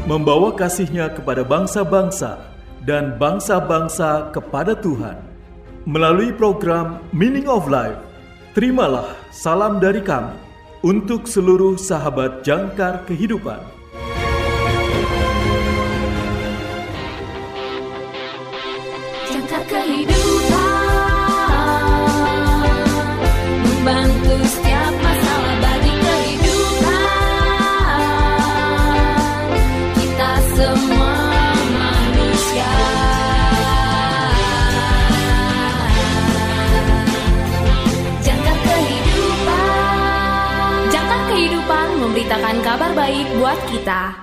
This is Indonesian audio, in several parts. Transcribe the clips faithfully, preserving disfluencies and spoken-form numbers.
membawa kasih-Nya kepada bangsa-bangsa dan bangsa-bangsa kepada Tuhan. Melalui program Meaning of Life, terimalah salam dari kami untuk seluruh sahabat jangkar kehidupan. Jangkar kehidupan, membantu setiap masalah bagi kehidupan kita semua manusia. Jangkar kehidupan, jangkar kehidupan memberitakan kabar baik buat kita.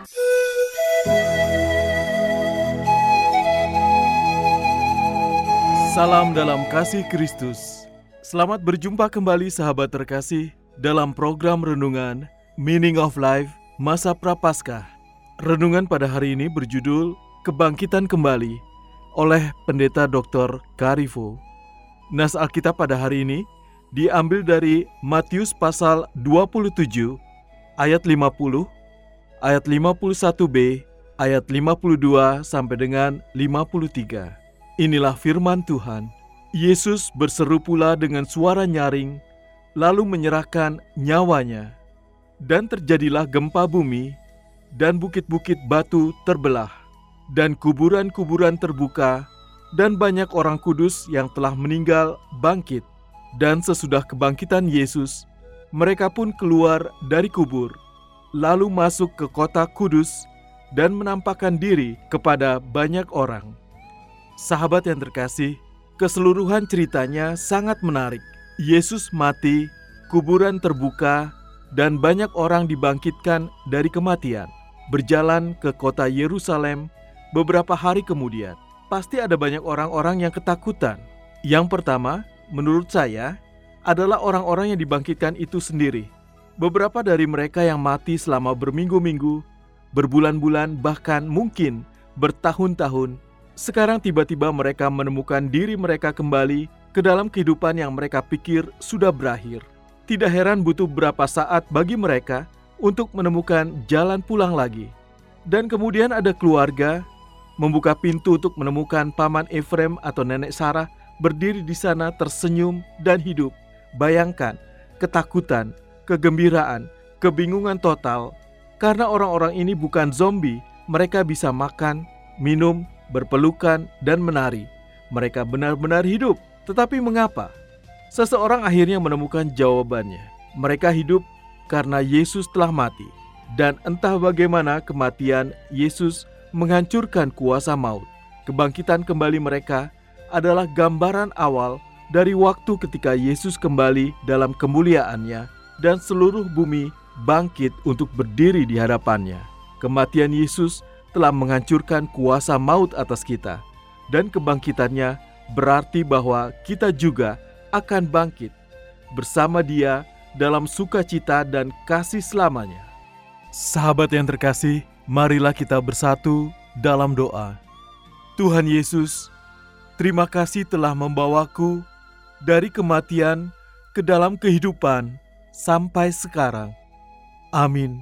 Salam dalam kasih Kristus. Selamat berjumpa kembali sahabat terkasih dalam program renungan Meaning of Life Masa Prapaskah. Renungan pada hari ini berjudul Kebangkitan Kembali oleh Pendeta doktor Karifo. Nas Alkitab pada hari ini diambil dari Matius pasal dua puluh tujuh ayat lima puluh, ayat lima puluh satu b, ayat lima puluh dua sampai dengan lima puluh tiga. Inilah firman Tuhan. Yesus berseru pula dengan suara nyaring, lalu menyerahkan nyawanya. Dan terjadilah gempa bumi, dan bukit-bukit batu terbelah, dan kuburan-kuburan terbuka, dan banyak orang kudus yang telah meninggal bangkit. Dan sesudah kebangkitan Yesus, mereka pun keluar dari kubur, lalu masuk ke kota kudus, dan menampakkan diri kepada banyak orang. Sahabat yang terkasih, keseluruhan ceritanya sangat menarik. Yesus mati, kuburan terbuka, dan banyak orang dibangkitkan dari kematian. Berjalan ke kota Yerusalem beberapa hari kemudian, pasti ada banyak orang-orang yang ketakutan. Yang pertama, menurut saya, adalah orang-orang yang dibangkitkan itu sendiri. Beberapa dari mereka yang mati selama berminggu-minggu, berbulan-bulan, bahkan mungkin bertahun-tahun, sekarang tiba-tiba mereka menemukan diri mereka kembali ke dalam kehidupan yang mereka pikir sudah berakhir. Tidak heran butuh berapa saat bagi mereka untuk menemukan jalan pulang lagi. Dan kemudian ada keluarga membuka pintu untuk menemukan paman Efrem atau nenek Sarah berdiri di sana tersenyum dan hidup. Bayangkan ketakutan, kegembiraan, kebingungan total. Karena orang-orang ini bukan zombie, mereka bisa makan, minum, berpelukan, dan menari. Mereka benar-benar hidup. Tetapi mengapa? Seseorang akhirnya menemukan jawabannya. Mereka hidup karena Yesus telah mati. Dan entah bagaimana kematian Yesus menghancurkan kuasa maut. Kebangkitan kembali mereka adalah gambaran awal dari waktu ketika Yesus kembali dalam kemuliaannya dan seluruh bumi bangkit untuk berdiri di hadapannya. Kematian Yesus telah menghancurkan kuasa maut atas kita, dan kebangkitannya berarti bahwa kita juga akan bangkit bersama Dia dalam sukacita dan kasih selamanya. Sahabat yang terkasih, marilah kita bersatu dalam doa. Tuhan Yesus, terima kasih telah membawaku dari kematian ke dalam kehidupan sampai sekarang. Amin.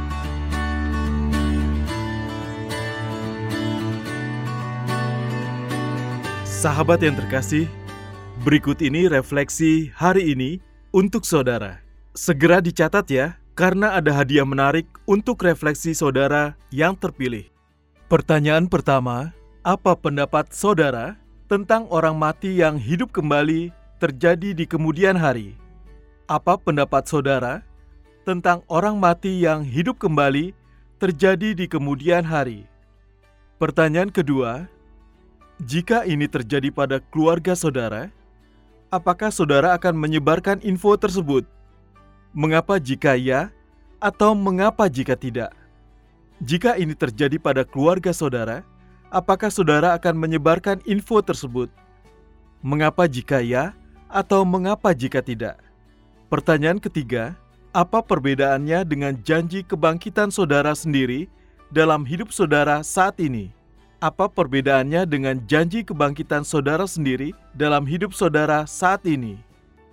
Sahabat yang terkasih, berikut ini refleksi hari ini untuk saudara. Segera dicatat ya, karena ada hadiah menarik untuk refleksi saudara yang terpilih. Pertanyaan pertama, apa pendapat saudara tentang orang mati yang hidup kembali terjadi di kemudian hari? Apa pendapat saudara tentang orang mati yang hidup kembali terjadi di kemudian hari? Pertanyaan kedua, jika ini terjadi pada keluarga saudara, apakah saudara akan menyebarkan info tersebut? Mengapa jika ya, atau mengapa jika tidak? Jika ini terjadi pada keluarga saudara, apakah saudara akan menyebarkan info tersebut? Mengapa jika ya, atau mengapa jika tidak? Pertanyaan ketiga, apa perbedaannya dengan janji kebangkitan saudara sendiri dalam hidup saudara saat ini? Apa perbedaannya dengan janji kebangkitan saudara sendiri dalam hidup saudara saat ini?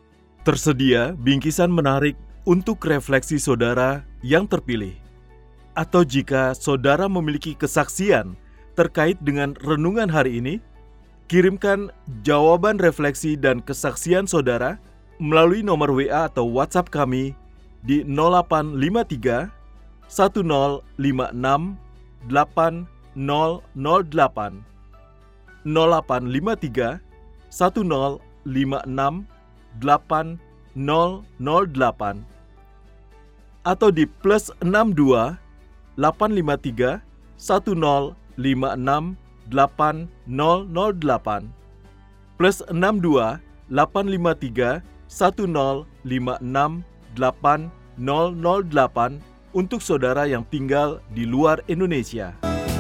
Tersedia bingkisan menarik untuk refleksi saudara yang terpilih. Atau jika saudara memiliki kesaksian terkait dengan renungan hari ini, kirimkan jawaban refleksi dan kesaksian saudara melalui nomor W A atau WhatsApp kami di nol delapan lima tiga satu nol lima enam delapan nol nol delapan nol delapan lima tiga satu nol lima enam delapan nol nol delapan atau di plus enam dua delapan lima tiga satu nol lima enam delapan nol nol delapan plus enam dua delapan lima tiga satu nol lima enam delapan nol nol delapan untuk saudara yang tinggal di luar Indonesia.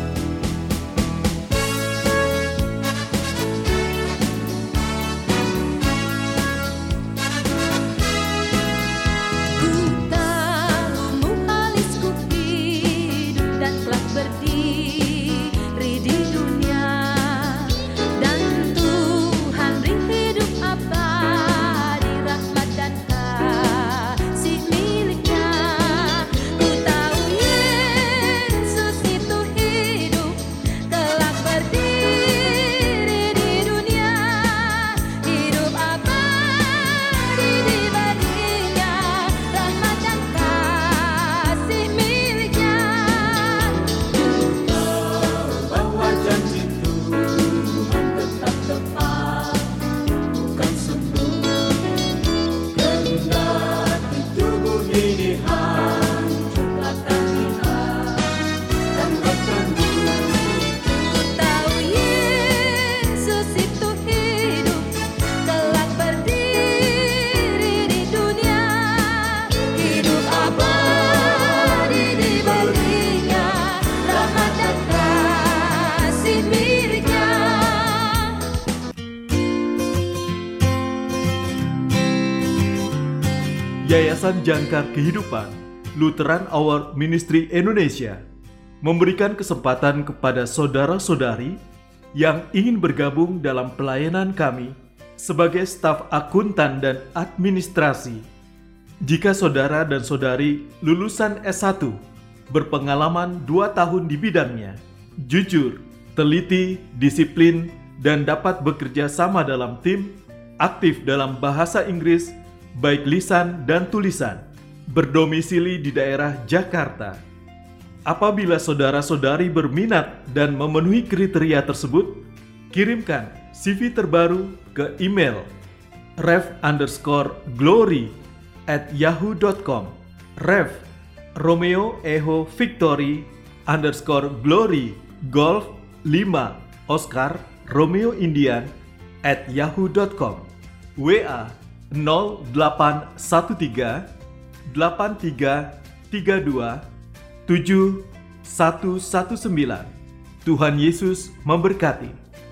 Yayasan Jangkar Kehidupan Lutheran Hour Ministry Indonesia memberikan kesempatan kepada saudara-saudari yang ingin bergabung dalam pelayanan kami sebagai staf akuntan dan administrasi. Jika saudara dan saudari lulusan S satu, berpengalaman dua tahun di bidangnya, jujur, teliti, disiplin, dan dapat bekerja sama dalam tim, aktif dalam bahasa Inggris, baik lisan dan tulisan, berdomisili di daerah Jakarta. Apabila saudara-saudari berminat dan memenuhi kriteria tersebut, kirimkan C V terbaru ke email rev underscore glory at yahoo dot com rev Romeo Echo Victory underscore glory golf lima Oscar Romeo Indian at yahoo dot com W A nol delapan satu tiga delapan tiga tiga dua tujuh satu satu sembilan. Tuhan Yesus memberkati.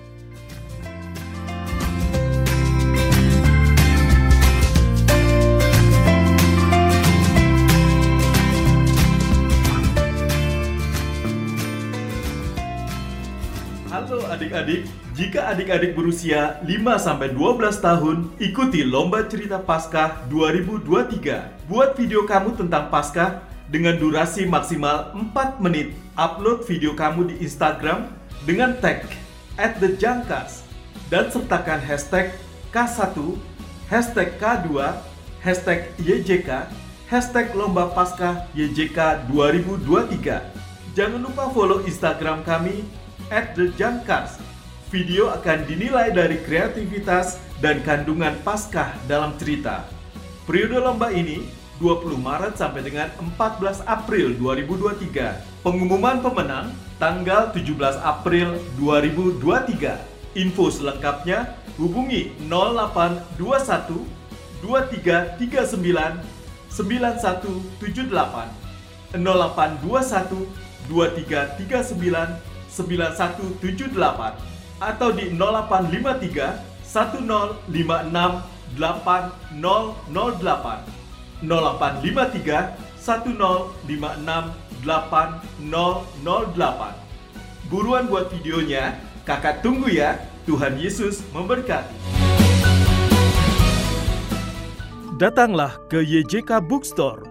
Halo adik-adik, jika adik-adik berusia lima sampai dua belas tahun, ikuti Lomba Cerita Paskah dua ribu dua puluh tiga. Buat video kamu tentang Paskah dengan durasi maksimal empat menit. Upload video kamu di Instagram dengan tag at the jangkars dan sertakan hashtag K satu, hashtag K dua, hashtag Y J K, hashtag Lomba Paskah Y J K dua ribu dua puluh tiga. Jangan lupa follow Instagram kami at the jangkars. Video akan dinilai dari kreativitas dan kandungan Paskah dalam cerita. Periode lomba ini dua puluh Maret sampai dengan empat belas April dua ribu dua puluh tiga. Pengumuman pemenang tanggal tujuh belas April dua ribu dua puluh tiga. Info selengkapnya hubungi nol delapan dua satu dua tiga tiga sembilan sembilan satu tujuh delapan nol delapan dua satu dua tiga tiga sembilan sembilan satu tujuh delapan atau di nol delapan lima tiga satu nol lima enam delapan nol nol delapan nol delapan lima tiga satu nol lima enam delapan nol nol delapan. Buruan buat videonya, kakak tunggu ya. Tuhan Yesus memberkati. Datanglah ke Y J K Bookstore,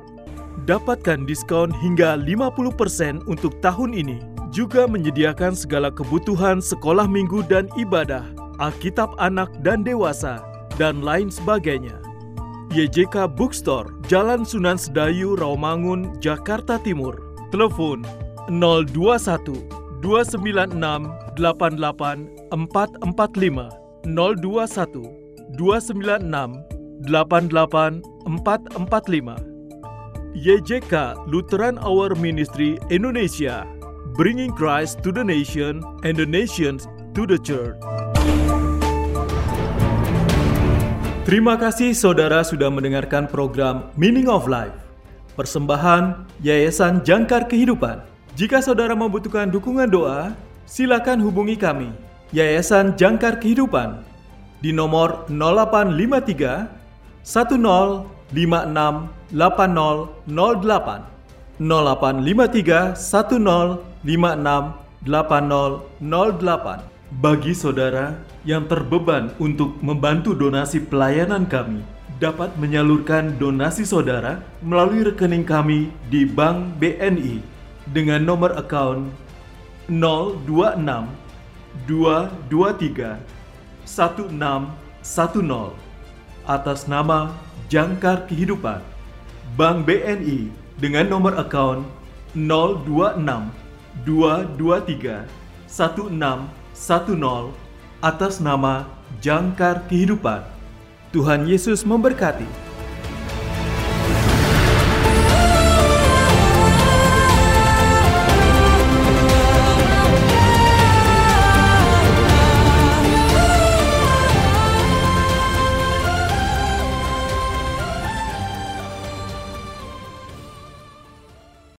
Dapatkan diskon hingga lima puluh persen untuk tahun ini. Juga menyediakan segala kebutuhan sekolah minggu dan ibadah, Alkitab anak dan dewasa, dan lain sebagainya. Y J K Bookstore, Jalan Sunan Sedayu, Rawamangun, Jakarta Timur. Telepon nol dua satu dua sembilan enam delapan delapan empat empat lima nol dua satu dua sembilan enam delapan delapan empat empat lima. Y J K Lutheran Hour Ministry Indonesia, bringing Christ to the nation and the nations to the church. Terima kasih saudara sudah mendengarkan program Meaning of Life, persembahan Yayasan Jangkar Kehidupan. Jika saudara membutuhkan dukungan doa, silakan hubungi kami, Yayasan Jangkar Kehidupan, di nomor nol delapan lima tiga satu nol lima enam delapan nol nol delapan nol delapan lima tiga satu nol lima enam delapan nol nol delapan. Bagi saudara yang terbeban untuk membantu donasi pelayanan kami, dapat menyalurkan donasi saudara melalui rekening kami di Bank B N I dengan nomor account nol dua enam dua dua tiga satu enam satu nol atas nama Jangkar Kehidupan. Bank B N I dengan nomor account nol dua enam dua dua tiga satu enam satu nol atas nama Jangkar Kehidupan. Tuhan Yesus memberkati.